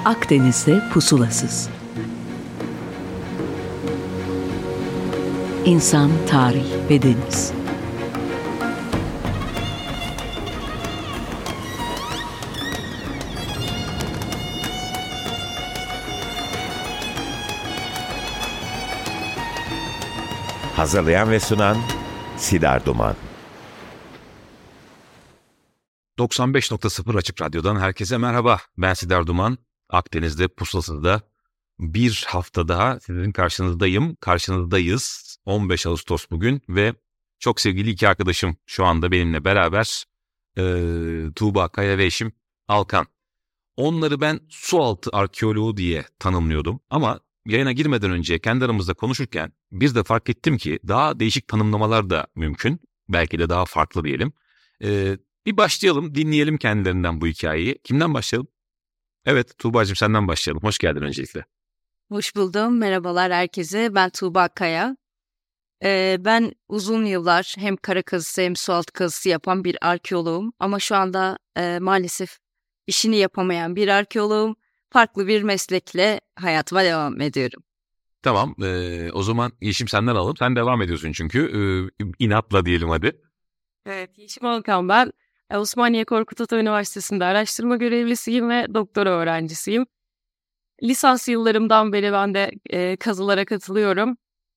Akdeniz'de pusulasız. İnsan, tarih ve deniz. Hazırlayan ve sunan Sidar Duman. 95.0 Açık Radyo'dan herkese merhaba. Ben Sidar Duman. Akdeniz'de Pusulasız'da bir hafta daha sizin karşınızdayız. 15 Ağustos bugün ve çok sevgili iki arkadaşım şu anda benimle beraber. Tuğba Kaya ve eşim Alkan. Onları ben sualtı arkeoloğu diye tanımlıyordum ama yayına girmeden önce kendi aramızda konuşurken bir de fark ettim ki daha değişik tanımlamalar da mümkün. Belki de daha farklı diyelim. Bir başlayalım, dinleyelim kendilerinden bu hikayeyi. Kimden başlayalım? Evet, Tuğba'cığım senden başlayalım. Hoş geldin öncelikle. Hoş buldum. Merhabalar herkese. Ben Tuğba Kaya. Ben uzun yıllar hem kara kazısı hem sualtı kazısı yapan bir arkeoloğum. Ama şu anda maalesef işini yapamayan bir arkeoloğum. Farklı bir meslekle hayatıma devam ediyorum. Tamam, o zaman Yeşim senden alalım. Sen devam ediyorsun çünkü. İnatla diyelim hadi. Evet, Yeşim Alkan ben. Osmaniye Korkut Ata Üniversitesi'nde araştırma görevlisiyim ve doktora öğrencisiyim. Lisans yıllarımdan beri ben de kazılara katılıyorum.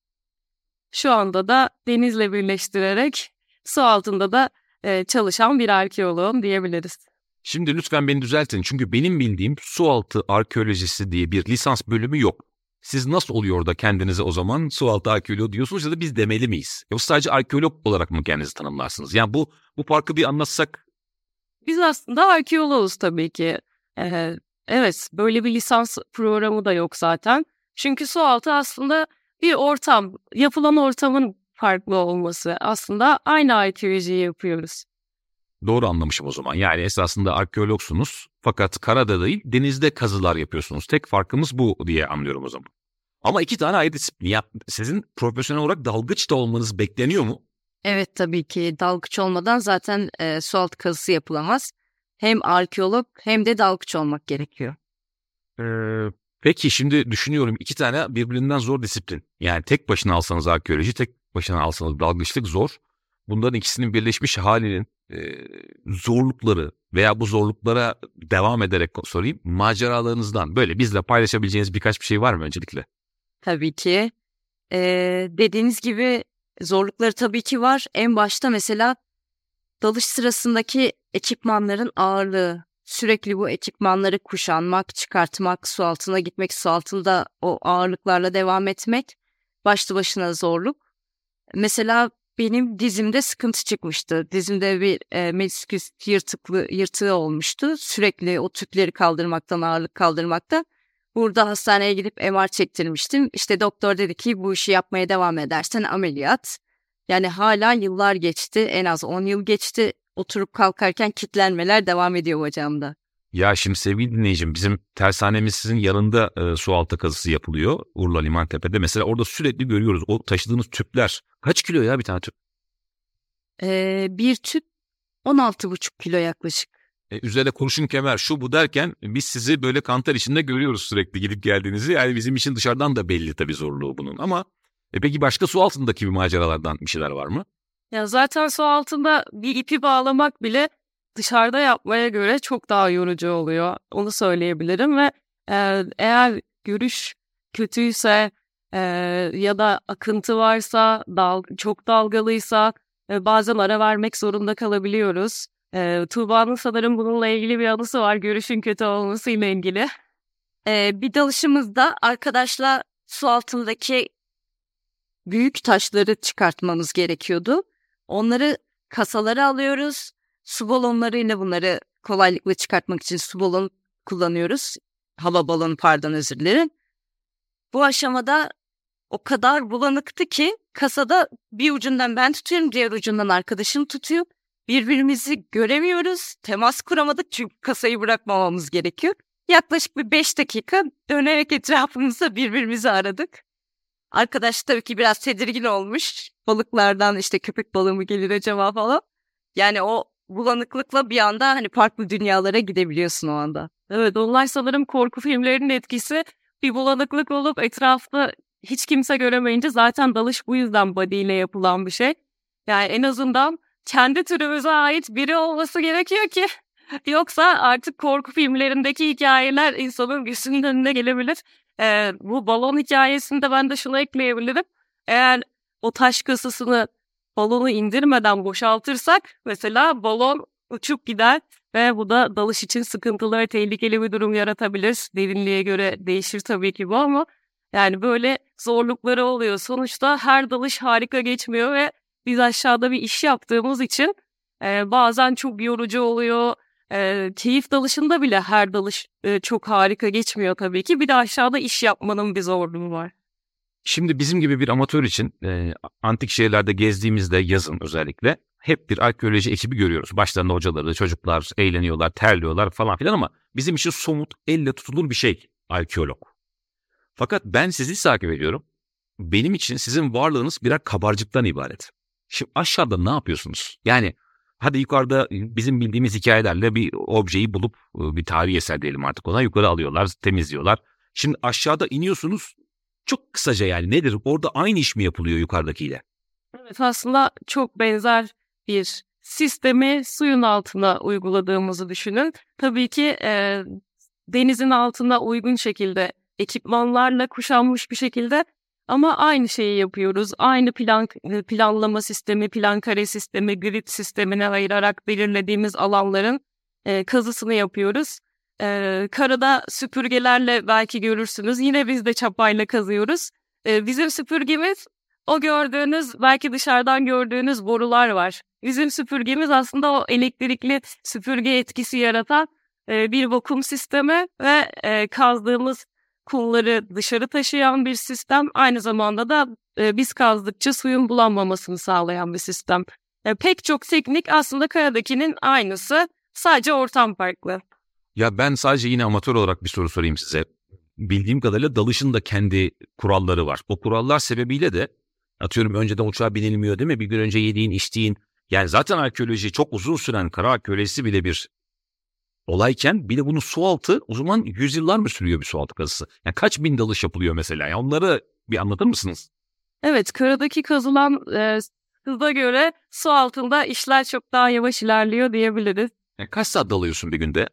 Şu anda da denizle birleştirerek su altında da çalışan bir arkeoloğum diyebiliriz. Şimdi lütfen beni düzeltin çünkü benim bildiğim sualtı arkeolojisi diye bir lisans bölümü yok. Siz nasıl oluyor da kendinize o zaman sualtı arkeoloğu diyorsunuz ya da biz demeli miyiz? Yoksa sadece arkeolog olarak mı kendinizi tanımlarsınız? Yani bu farkı bir anlatsak. Biz aslında arkeoloğuz tabii ki. Evet, böyle bir lisans programı da yok zaten. Çünkü sualtı aslında bir ortam, yapılan ortamın farklı olması. Aslında aynı arkeolojiyi yapıyoruz. Doğru anlamışım o zaman. Yani esasında arkeologsunuz fakat karada değil denizde kazılar yapıyorsunuz. Tek farkımız bu diye anlıyorum o zaman. Ama iki tane ayrı disiplin. Sizin profesyonel olarak dalgıç da olmanız bekleniyor mu? Evet, tabii ki dalgıç olmadan zaten sualtı kazısı yapılamaz. Hem arkeolog hem de dalgıç olmak gerekiyor. Peki şimdi düşünüyorum iki tane birbirinden zor disiplin. Yani tek başına alsanız arkeoloji, tek başına alsanız dalgıçlık zor. Bunların ikisinin birleşmiş halinin zorlukları veya bu zorluklara devam ederek sorayım. Maceralarınızdan böyle bizle paylaşabileceğiniz birkaç bir şey var mı öncelikle? Tabii ki. Dediğiniz gibi zorlukları tabii ki var. En başta mesela dalış sırasındaki ekipmanların ağırlığı. Sürekli bu ekipmanları kuşanmak, çıkartmak, su altına gitmek, su altında o ağırlıklarla devam etmek başlı başına zorluk. Mesela benim dizimde sıkıntı çıkmıştı. Dizimde bir menisküs yırtığı olmuştu. Sürekli o tüpleri kaldırmaktan, ağırlık kaldırmaktan. Burada hastaneye gidip MR çektirmiştim. İşte doktor dedi ki bu işi yapmaya devam edersen ameliyat. Yani hala yıllar geçti. En az 10 yıl geçti. Oturup kalkarken kitlenmeler devam ediyor bacağımda. Ya şimdi sevgili dinleyicim bizim tersanemizin yanında sualtı kazısı yapılıyor. Urla Limantepe'de. Mesela orada sürekli görüyoruz. O taşıdığınız tüpler. Kaç kilo ya bir tane tüp? Bir tüp 16,5 kilo yaklaşık. Üzerine kurşun kemer şu bu derken biz sizi böyle kantar içinde görüyoruz sürekli gidip geldiğinizi. Yani bizim için dışarıdan da belli tabii zorluğu bunun ama peki başka su altındaki bir maceralardan bir şeyler var mı? Ya zaten su altında bir ipi bağlamak bile dışarıda yapmaya göre çok daha yorucu oluyor. Onu söyleyebilirim ve eğer görüş kötüyse ya da akıntı varsa, çok dalgalıysa bazen ara vermek zorunda kalabiliyoruz. Tuğba'nın sanırım bununla ilgili bir anısı var, görüşün kötü olmasıyla ilgili. Bir dalışımızda arkadaşla su altındaki büyük taşları çıkartmamız gerekiyordu. Onları kasalara alıyoruz. Su balonlarıyla bunları kolaylıkla çıkartmak için su balonu kullanıyoruz. Hava balonu özür dilerim. Bu aşamada o kadar bulanıktı ki kasada bir ucundan ben tutuyorum, diğer ucundan arkadaşım tutuyor. Birbirimizi göremiyoruz. Temas kuramadık çünkü kasayı bırakmamamız gerekiyor. Yaklaşık bir 5 dakika dönerek etrafımızda birbirimizi aradık. Arkadaş tabii ki biraz tedirgin olmuş. Balıklardan işte köpek balığı mı gelir acaba falan. Yani o bulanıklıkla bir anda hani farklı dünyalara gidebiliyorsun o anda. Evet, onlar sanırım korku filmlerinin etkisi. Bir bulanıklık olup etrafta hiç kimse göremeyince, zaten dalış bu yüzden body ile yapılan bir şey. Yani en azından kendi türümüze ait biri olması gerekiyor ki yoksa artık korku filmlerindeki hikayeler insanın gözünün önüne gelebilir. Bu balon hikayesinde ben de şunu ekleyebilirim. Eğer o taş kasasını, balonu indirmeden boşaltırsak mesela balon uçup gider ve bu da dalış için sıkıntılı, tehlikeli bir durum yaratabilir. Derinliğe göre değişir tabii ki bu, ama yani böyle zorlukları oluyor. Sonuçta her dalış harika geçmiyor ve biz aşağıda bir iş yaptığımız için bazen çok yorucu oluyor. Keyif dalışında bile her dalış çok harika geçmiyor tabii ki. Bir de aşağıda iş yapmanın bir zorluğu var. Şimdi bizim gibi bir amatör için antik şehirlerde gezdiğimizde yazın özellikle hep bir arkeoloji ekibi görüyoruz. Başlarında hocaları, çocuklar eğleniyorlar, terliyorlar falan filan, ama bizim için somut, elle tutulur bir şey arkeolog. Fakat ben sizi takip ediyorum. Benim için sizin varlığınız birer kabarcıktan ibaret. Şimdi aşağıda ne yapıyorsunuz? Yani hadi yukarıda bizim bildiğimiz hikayelerle bir objeyi bulup, bir tarihi eser diyelim artık ona, yukarı alıyorlar, temizliyorlar. Şimdi aşağıda iniyorsunuz. Çok kısaca yani nedir? Orada aynı iş mi yapılıyor yukarıdakiyle? Evet, aslında çok benzer bir sistemi suyun altına uyguladığımızı düşünün. Tabii ki denizin altına uygun şekilde, ekipmanlarla kuşanmış bir şekilde, ama aynı şeyi yapıyoruz. Aynı planlama sistemi, plan kare sistemi, grid sistemine ayırarak belirlediğimiz alanların kazısını yapıyoruz. Karada süpürgelerle belki görürsünüz. Yine biz de çapayla kazıyoruz. Bizim süpürgemiz, o gördüğünüz, belki dışarıdan gördüğünüz borular var. Bizim süpürgemiz aslında o elektrikli süpürge etkisi yaratan bir vakum sistemi ve kazdığımız kumları dışarı taşıyan bir sistem. Aynı zamanda da biz kazdıkça suyun bulanmamasını sağlayan bir sistem. Pek çok teknik aslında karadakinin aynısı, sadece ortam farklı. Ya ben sadece yine amatör olarak bir soru sorayım size. Bildiğim kadarıyla dalışın da kendi kuralları var. O kurallar sebebiyle de atıyorum önceden uçağa binilmiyor değil mi? Bir gün önce yediğin, içtiğin, yani zaten arkeoloji çok uzun süren kara arkeolojisi bile bir olayken, bir de bunun su altı, o zaman yüzyıllar mı sürüyor bir su altı kazısı? Yani kaç bin dalış yapılıyor mesela? Yani onları bir anlatır mısınız? Evet, karadaki kazılan hıza göre su altında işler çok daha yavaş ilerliyor diyebiliriz. Yani kaç saat dalıyorsun bir günde?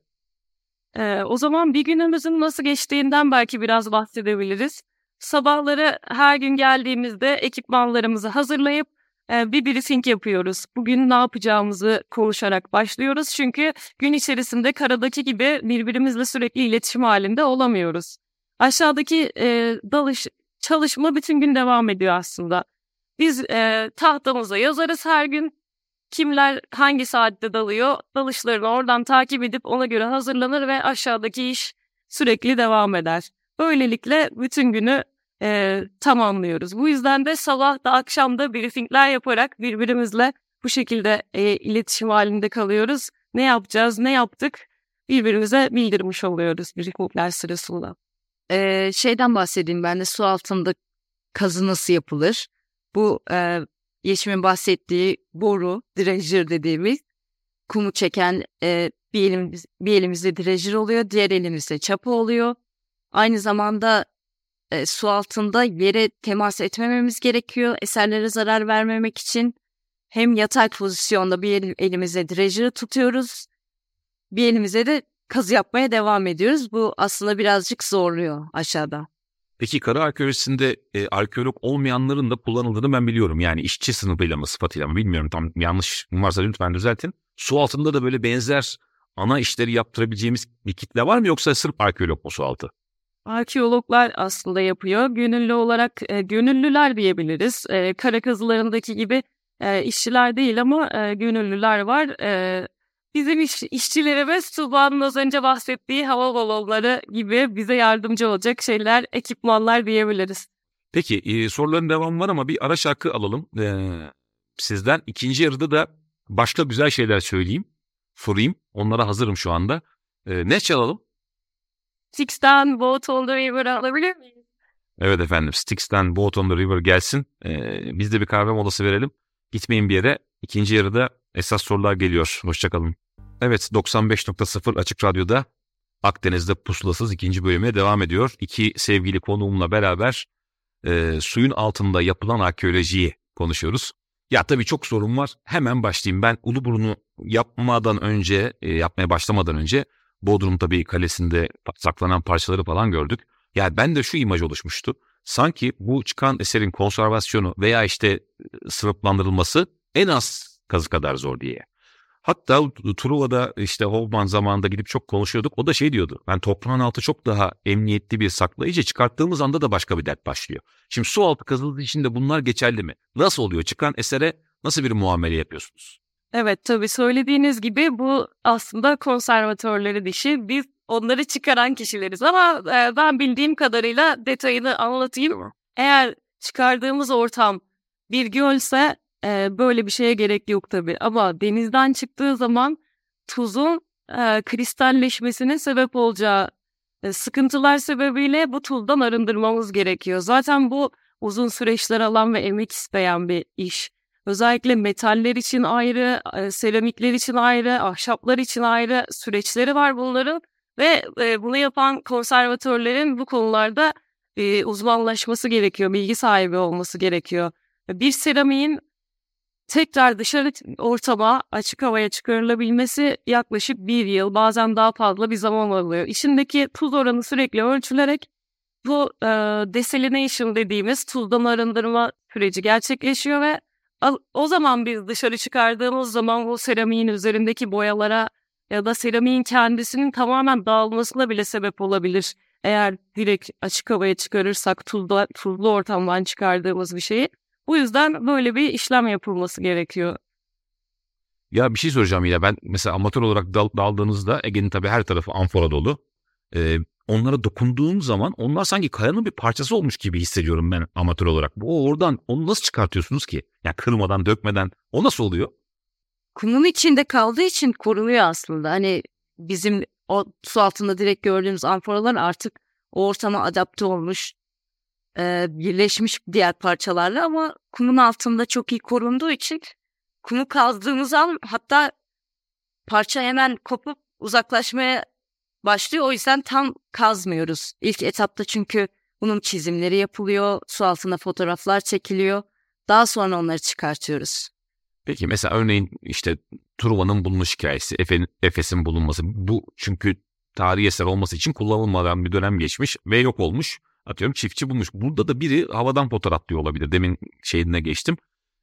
O zaman bir günümüzün nasıl geçtiğinden belki biraz bahsedebiliriz. Sabahları her gün geldiğimizde ekipmanlarımızı hazırlayıp bir briefing yapıyoruz. Bugün ne yapacağımızı konuşarak başlıyoruz. Çünkü gün içerisinde karadaki gibi birbirimizle sürekli iletişim halinde olamıyoruz. Aşağıdaki dalış çalışma bütün gün devam ediyor aslında. Biz tahtamıza yazarız her gün. Kimler hangi saatte dalıyor, dalışlarını oradan takip edip ona göre hazırlanır ve aşağıdaki iş sürekli devam eder. Böylelikle bütün günü tamamlıyoruz. Bu yüzden de sabah da akşam da briefingler yaparak birbirimizle bu şekilde iletişim halinde kalıyoruz. Ne yapacağız, ne yaptık birbirimize bildirmiş oluyoruz briefingler sırasında. Şeyden bahsedeyim ben de, su altında kazı nasıl yapılır? Bu Yeşim'in bahsettiği boru, dredger dediğimiz, kumu çeken bir elimizde dredger oluyor, diğer elimizde çapa oluyor. Aynı zamanda su altında yere temas etmememiz gerekiyor eserlere zarar vermemek için. Hem yatay pozisyonda bir elimizde dredger'ı tutuyoruz, bir elimize de kazı yapmaya devam ediyoruz. Bu aslında birazcık zorluyor aşağıda. Peki kara arkeolojisinde arkeolog olmayanların da kullanıldığını ben biliyorum. Yani işçi sınıfıyla mı, sıfatıyla mı bilmiyorum, tam yanlış varsa lütfen düzeltin. Su altında da böyle benzer ana işleri yaptırabileceğimiz bir kitle var mı, yoksa sırf arkeolog mu su altı? Arkeologlar aslında yapıyor. Gönüllü olarak gönüllüler diyebiliriz. Kara kazılarındaki gibi işçiler değil ama gönüllüler var. Bizim işçilerimiz Tuğba'nın az önce bahsettiği hava balonları gibi bize yardımcı olacak şeyler, ekipmanlar diyebiliriz. Peki soruların devamı var ama bir ara şarkı alalım. Sizden ikinci yarıda da başka güzel şeyler sorayım. Onlara hazırım şu anda. Ne çalalım? Styx'ten Boat on the River alabilir miyiz? Evet efendim, Styx'ten Boat on the River gelsin. Biz de bir kahve molası verelim. Gitmeyin bir yere. İkinci yarıda esas sorular geliyor. Hoşçakalın. Evet, 95.0 Açık Radyo'da Akdeniz'de Pusulasız 2. bölümüne devam ediyor. 2 sevgili konuğumla beraber suyun altında yapılan arkeolojiyi konuşuyoruz. Ya tabii çok sorun var. Hemen başlayayım. Ben Uluburnu yapmaya başlamadan önce Bodrum tabii kalesinde saklanan parçaları falan gördük. Yani ben de şu imaj oluşmuştu. Sanki bu çıkan eserin konservasyonu veya işte sınıflandırılması en az kazı kadar zor diye. Hatta Truva'da işte Hoffman zamanında gidip çok konuşuyorduk. O da şey diyordu. Ben toprağın altı çok daha emniyetli bir saklayıcı. Çıkarttığımız anda da başka bir dert başlıyor. Şimdi su altı kazıldığı için de bunlar geçerli mi? Nasıl oluyor? Çıkan esere nasıl bir muamele yapıyorsunuz? Evet, tabii söylediğiniz gibi bu aslında konservatörlerin işi. Biz onları çıkaran kişileriz ama ben bildiğim kadarıyla detayını anlatayım. Tamam. Eğer çıkardığımız ortam bir gölse böyle bir şeye gerek yok tabii. Ama denizden çıktığı zaman tuzun kristalleşmesine sebep olacağı sıkıntılar sebebiyle bu tuzdan arındırmamız gerekiyor. Zaten bu uzun süreçler alan ve emek isteyen bir iş. Özellikle metaller için ayrı, seramikler için ayrı, ahşaplar için ayrı süreçleri var bunların. Ve bunu yapan konservatörlerin bu konularda uzmanlaşması gerekiyor, bilgi sahibi olması gerekiyor. Bir seramiğin tekrar dışarı ortama, açık havaya çıkarılabilmesi yaklaşık 1 yıl, bazen daha fazla bir zaman alıyor. İçindeki tuz oranı sürekli ölçülerek bu desalination dediğimiz tuzdan arındırma süreci gerçekleşiyor ve o zaman biz dışarı çıkardığımız zaman o seramiğin üzerindeki boyalara ya da seramiğin kendisinin tamamen dağılmasına bile sebep olabilir. Eğer direkt açık havaya çıkarırsak tuzlu ortamdan çıkardığımız bir şeyi. Bu yüzden böyle bir işlem yapılması gerekiyor. Ya bir şey soracağım yine. Ben mesela amatör olarak daldığınızda Ege'nin tabii her tarafı amfora dolu. Onlara dokunduğum zaman onlar sanki kayanın bir parçası olmuş gibi hissediyorum ben amatör olarak. Onu nasıl çıkartıyorsunuz ki? Yani kırmadan, dökmeden o nasıl oluyor? Kumun içinde kaldığı için korunuyor aslında. Hani bizim o su altında direkt gördüğümüz amforalar artık o ortama adapte olmuş, birleşmiş diğer parçalarla ama kumun altında çok iyi korunduğu için kumu kazdığımız an hatta parça hemen kopup uzaklaşmaya başlıyor. O yüzden tam kazmıyoruz. İlk etapta çünkü bunun çizimleri yapılıyor, su altına fotoğraflar çekiliyor. Daha sonra onları çıkartıyoruz. Peki mesela örneğin işte Truva'nın bulunuş hikayesi, Efes'in bulunması. Bu çünkü tarihi eser olması için kullanılmadan bir dönem geçmiş ve yok olmuş. Atıyorum çiftçi bulmuş. Burada da biri havadan fotoğraflıyor olabilir. Demin şeyine geçtim.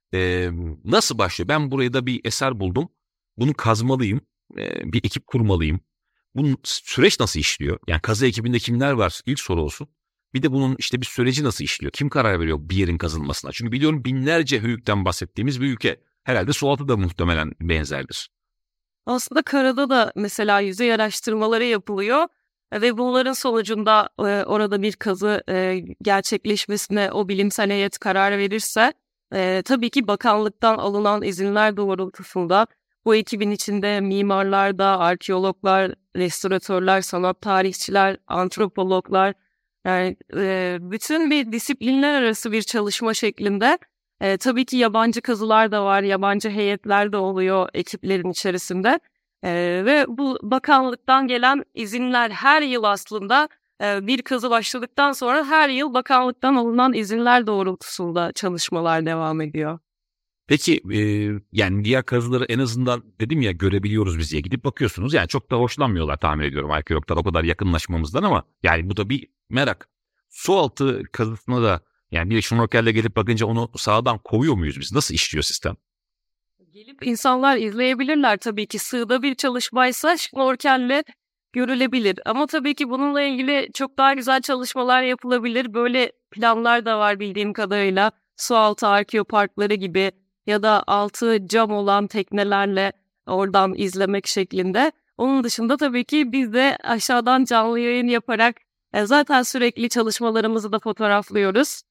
Nasıl başlıyor? Ben buraya da bir eser buldum. Bunu kazmalıyım. Bir ekip kurmalıyım. Bunun süreç nasıl işliyor? Yani kazı ekibinde kimler var? İlk soru olsun. Bir de bunun işte bir süreci nasıl işliyor? Kim karar veriyor bir yerin kazılmasına? Çünkü biliyorum binlerce höyükten bahsettiğimiz bir ülke. Herhalde sualtı da muhtemelen benzerdir. Aslında karada da mesela yüzey araştırmaları yapılıyor ve bunların sonucunda orada bir kazı gerçekleşmesine o bilimsel heyet karar verirse tabii ki bakanlıktan alınan izinler doğrultusunda bu ekibin içinde mimarlar da, arkeologlar, restoratörler, sanat tarihçiler, antropologlar, yani bütün bir disiplinler arası bir çalışma şeklinde. Tabii ki yabancı kazılar da var, yabancı heyetler de oluyor ekiplerin içerisinde. Ve bu bakanlıktan gelen izinler her yıl aslında bir kazı başladıktan sonra her yıl bakanlıktan alınan izinler doğrultusunda çalışmalar devam ediyor. Peki yani diğer kazıları en azından dedim ya görebiliyoruz biz diye gidip bakıyorsunuz. Yani çok da hoşlanmıyorlar tahmin ediyorum arkeologlar o kadar yakınlaşmamızdan ama yani bu da bir merak. Sualtı kazısına da yani bir şnorkelle gelip bakınca onu sağdan kovuyor muyuz biz? Nasıl işliyor sistem? Gelip insanlar izleyebilirler tabii ki. Sığda bir çalışmaysa şnorkelle görülebilir. Ama tabii ki bununla ilgili çok daha güzel çalışmalar yapılabilir. Böyle planlar da var bildiğim kadarıyla. Sualtı arkeoparkları gibi ya da altı cam olan teknelerle oradan izlemek şeklinde. Onun dışında tabii ki biz de aşağıdan canlı yayın yaparak zaten sürekli çalışmalarımızı da fotoğraflıyoruz.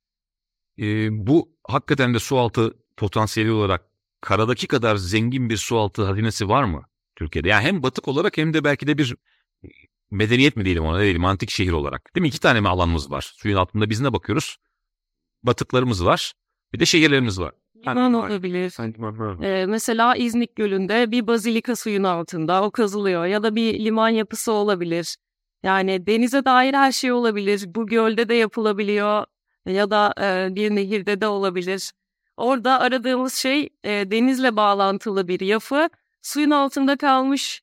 Bu hakikaten de sualtı potansiyeli olarak karadaki kadar zengin bir sualtı hazinesi var mı Türkiye'de? Yani hem batık olarak hem de belki de bir medeniyet mi diyelim ona ne diyelim antik şehir olarak. Değil mi? 2 tane mi alanımız var? Suyun altında biz ne bakıyoruz? Batıklarımız var. Bir de şehirlerimiz var. Liman olabilir. Mesela İznik Gölü'nde bir bazilika suyun altında o kazılıyor ya da bir liman yapısı olabilir. Yani denize dair her şey olabilir. Bu gölde de yapılabiliyor ya da bir nehirde de olabilir. Orada aradığımız şey denizle bağlantılı bir yapı. Suyun altında kalmış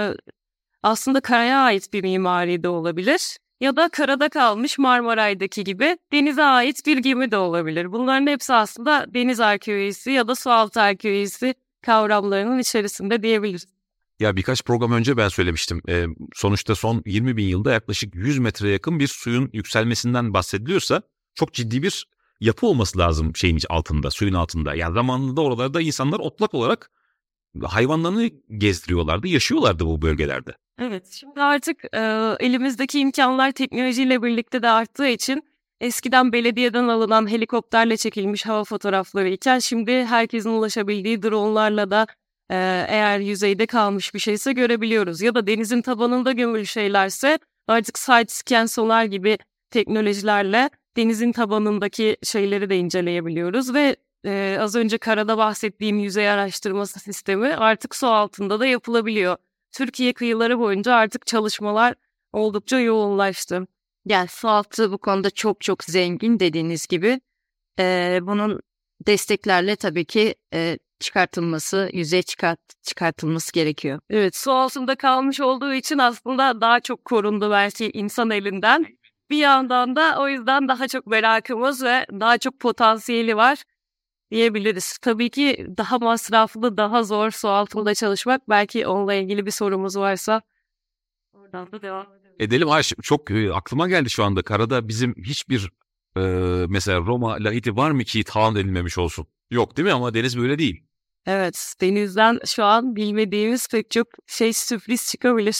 aslında karaya ait bir mimari de olabilir. Ya da karada kalmış Marmaray'daki gibi denize ait bir gemi de olabilir. Bunların hepsi aslında deniz arkeolojisi ya da sualtı arkeolojisi kavramlarının içerisinde diyebiliriz. Ya birkaç program önce ben söylemiştim. Sonuçta son 20 bin yılda yaklaşık 100 metreye yakın bir suyun yükselmesinden bahsediliyorsa çok ciddi bir yapı olması lazım şeyin altında, suyun altında. Yani zamanında oralarda insanlar otlak olarak hayvanlarını gezdiriyorlardı, yaşıyorlardı bu bölgelerde. Evet, şimdi artık elimizdeki imkanlar teknolojiyle birlikte de arttığı için eskiden belediyeden alınan helikopterle çekilmiş hava fotoğrafları iken şimdi herkesin ulaşabildiği dronelarla da eğer yüzeyde kalmış bir şeyse görebiliyoruz. Ya da denizin tabanında gömülü şeylerse artık side scan sonar gibi teknolojilerle denizin tabanındaki şeyleri de inceleyebiliyoruz ve az önce karada bahsettiğim yüzey araştırması sistemi artık su altında da yapılabiliyor. Türkiye kıyıları boyunca artık çalışmalar oldukça yoğunlaştı. Yani sualtı bu konuda çok çok zengin dediğiniz gibi. Bunun desteklerle tabii ki çıkartılması, yüzeye çıkartılması gerekiyor. Evet, su altında kalmış olduğu için aslında daha çok korundu belki insan elinden. Bir yandan da o yüzden daha çok merakımız ve daha çok potansiyeli var diyebiliriz. Tabii ki daha masraflı, daha zor su altında çalışmak. Belki onunla ilgili bir sorumuz varsa oradan da devam edelim. Edelim. Çok aklıma geldi şu anda. Karada bizim hiçbir mesela Roma lahiti var mı ki talan edilmemiş olsun? Yok değil mi? Ama deniz böyle değil. Evet, denizden şu an bilmediğimiz pek çok sürpriz çıkabilir.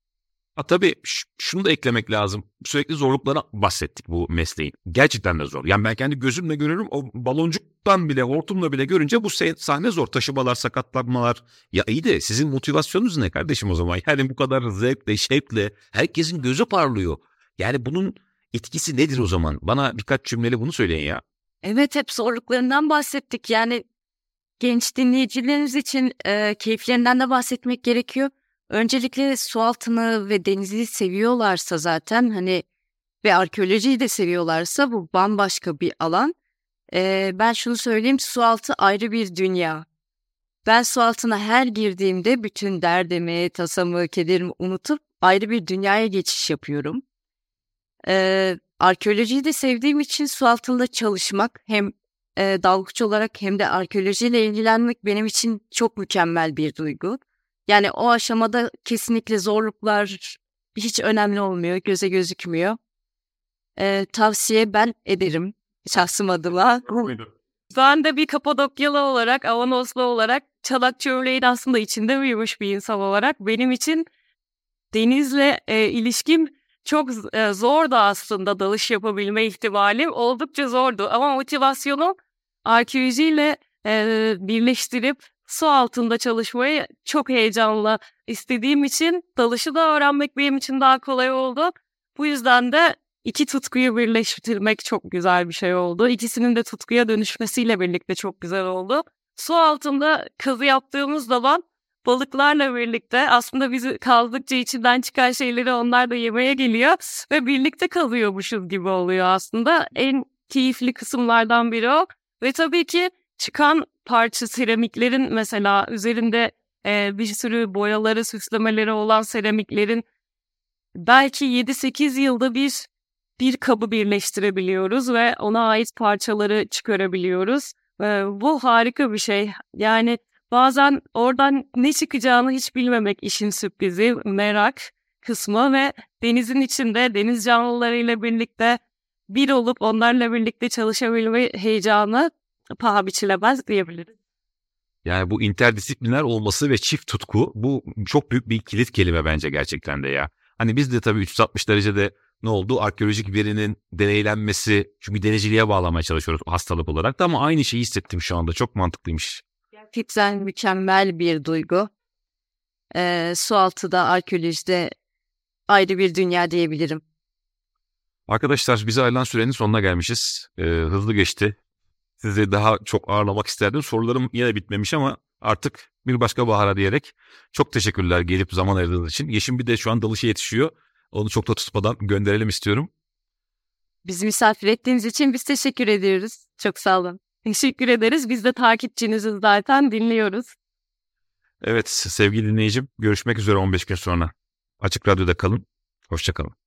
Tabii şunu da eklemek lazım. Sürekli zorluklara bahsettik bu mesleğin. Gerçekten de zor. Yani ben kendi gözümle görüyorum. O baloncuktan bile, hortumla bile görünce bu sahne zor. Taşımalar, sakatlanmalar. Ya iyi de sizin motivasyonunuz ne kardeşim o zaman? Yani bu kadar zevkle, şevkle herkesin gözü parlıyor. Yani bunun etkisi nedir o zaman? Bana birkaç cümleyle bunu söyleyin ya. Evet, hep zorluklarından bahsettik. Yani genç dinleyicilerimiz için keyiflerinden de bahsetmek gerekiyor. Öncelikle su altını ve denizi seviyorlarsa zaten ve arkeolojiyi de seviyorlarsa bu bambaşka bir alan. Ben şunu söyleyeyim, su altı ayrı bir dünya. Ben su altına her girdiğimde bütün derdimi, tasamı, kederimi unutup ayrı bir dünyaya geçiş yapıyorum. Arkeolojiyi de sevdiğim için su altında çalışmak hem dalgıç olarak hem de arkeolojiyle ilgilenmek benim için çok mükemmel bir duygu. Yani o aşamada kesinlikle zorluklar hiç önemli olmuyor, göze gözükmüyor. Tavsiye ben ederim şahsım adıma. Ben de bir Kapadokyalı olarak, Avanoslu olarak, Çanak Çömleğin aslında içinde büyümüş bir insan olarak benim için denizle ilişkim çok zordu aslında. Dalış yapabilme ihtimalim oldukça zordu ama motivasyonu arkeolojiyle birleştirip su altında çalışmayı çok heyecanla istediğim için dalışı da öğrenmek benim için daha kolay oldu. Bu yüzden de iki tutkuyu birleştirmek çok güzel bir şey oldu. İkisinin de tutkuya dönüşmesiyle birlikte çok güzel oldu. Su altında kazı yaptığımız zaman balıklarla birlikte aslında bizi kazdıkça içinden çıkan şeyleri onlar da yemeye geliyor ve birlikte kazıyormuşuz gibi oluyor aslında. En keyifli kısımlardan biri o. Ve tabii ki çıkan parça seramiklerin mesela üzerinde bir sürü boyaları, süslemeleri olan seramiklerin belki 7-8 yılda bir kabı birleştirebiliyoruz ve ona ait parçaları çıkarabiliyoruz. Bu harika bir şey. Yani bazen oradan ne çıkacağını hiç bilmemek işin sürprizi, merak kısmı ve denizin içinde deniz canlılarıyla birlikte bir olup onlarla birlikte çalışabilme heyecanı paha biçilemez diyebiliriz. Yani bu interdisipliner olması ve çift tutku bu çok büyük bir kilit kelime bence gerçekten de ya. Hani biz de tabii 360 derecede ne oldu? Arkeolojik verinin deneylenmesi, çünkü denizciliğe bağlamaya çalışıyoruz hastalık olarak da ama aynı şeyi hissettim şu anda. Çok mantıklıymış. Gerçekten mükemmel bir duygu. Sualtıda, arkeolojide ayrı bir dünya diyebilirim. Arkadaşlar bize ayrılan sürenin sonuna gelmişiz. Hızlı geçti. Sizi daha çok ağırlamak isterdim. Sorularım yine bitmemiş ama artık bir başka bahara diyerek çok teşekkürler gelip zaman ayırdığınız için. Yeşim bir de şu an dalışa yetişiyor. Onu çok da tutmadan gönderelim istiyorum. Bizi misafir ettiğiniz için biz teşekkür ediyoruz. Çok sağ olun. Teşekkür ederiz. Biz de takipçiniziz zaten, dinliyoruz. Evet sevgili dinleyicim, görüşmek üzere 15 gün sonra. Açık Radyo'da kalın. Hoşça kalın.